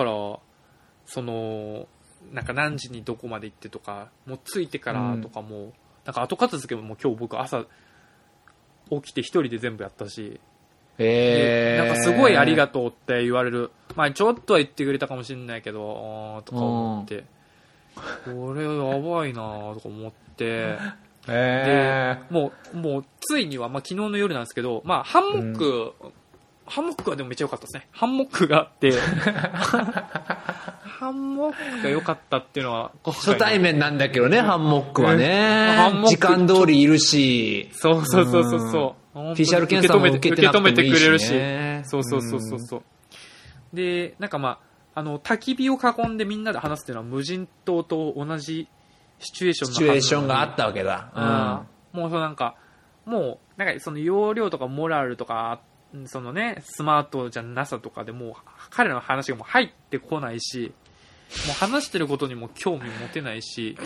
A: なんか何時にどこまで行ってとか、もう着いてからとかも、なんか後片付けももう今日僕朝起きて一人で全部やったし、なんかすごいありがとうって言われる。ちょっとは言ってくれたかもしれないけど、とか思って、これやばいなとか思って、で、もうついには、昨日の夜なんですけど、ハンモックはでもめっちゃ良かったですね。ハンモックがあって、ハンモックが良かったっていうのは、
B: 初対面なんだけどね、ハンモックはね。時間通りいるし。
A: そう。
B: PCR 検査も受け止めてくれるし。
A: そう。で、なんか焚き火を囲んでみんなで話すっていうのは無人島と同じシチュエーションの
B: シチュエーションがあったわけだ。
A: もうなんかその容量とかモラルとか、そのね、スマートじゃなさとかでもう彼らの話がもう入ってこないし、もう話してることにも興味持てないし、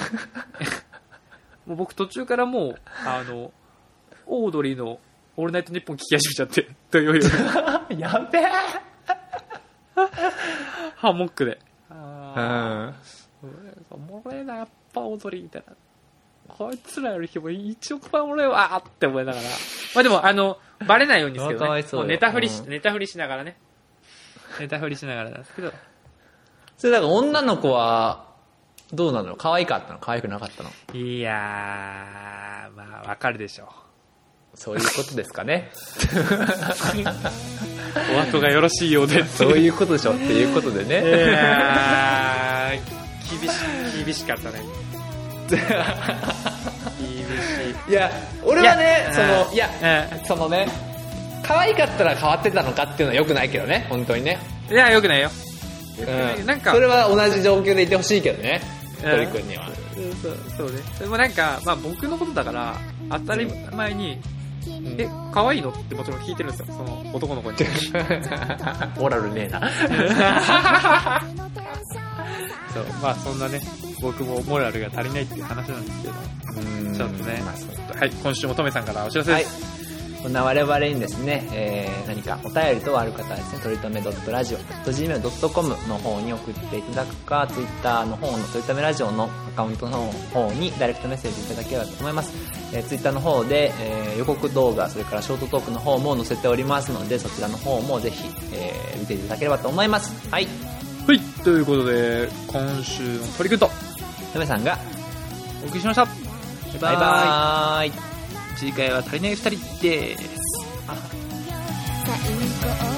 A: もう僕途中からもうオードリーのオールナイトニッポン聞き始めちゃってというより
B: やべえ
A: ハンモックでおもろいなやっぱオードリーみたいな、こいつらよりも1億倍おもろいわって思いながらまあでも、バレないようにですけどね。
B: かわいそうよ
A: ネタ振りしながらね。ネタ振りしながらなんですけど。
B: それだから女の子は、どうなの？可愛かったの？可愛くなかったの？
A: いやー、まあ、わかるでしょう。
B: そういうことですかね。
A: お後がよろしいようで。
B: そういうことでしょっていうことでね。
A: 厳しかったね。
B: いや、俺はね、そのね、可愛かったら変わってたのかっていうのは良くないけどね、本当にね。
A: いや、良くないよ。
B: なんかそれは同じ状況でいてほしいけどね、鳥くんには。
A: そうね。でもなんか、まあ僕のことだから、当たり前に、可愛いのってもちろん聞いてるんですよ、その男の子に。
B: オラルねえな。
A: そう、まあそんなね、僕もモラルが足りないっていう話なんですけど、ちょっとね、はい、今週もトメさんからお知らせです。
B: こんな我々にですね、何かお便り等ある方はですね、とりとめ.radio.gmail.com の方に送っていただくか、Twitter の方のとりとめラジオのアカウントの方にダイレクトメッセージいただければと思います。Twitter の方で、予告動画、それからショートトークの方も載せておりますので、そちらの方もぜひ、見ていただければと思います。はい。
A: はい、ということで、今週の鳥くんと、
B: トメさんが
A: お送りしました。バイバイ。
B: バイバイ。
A: 次回は足りない2人です。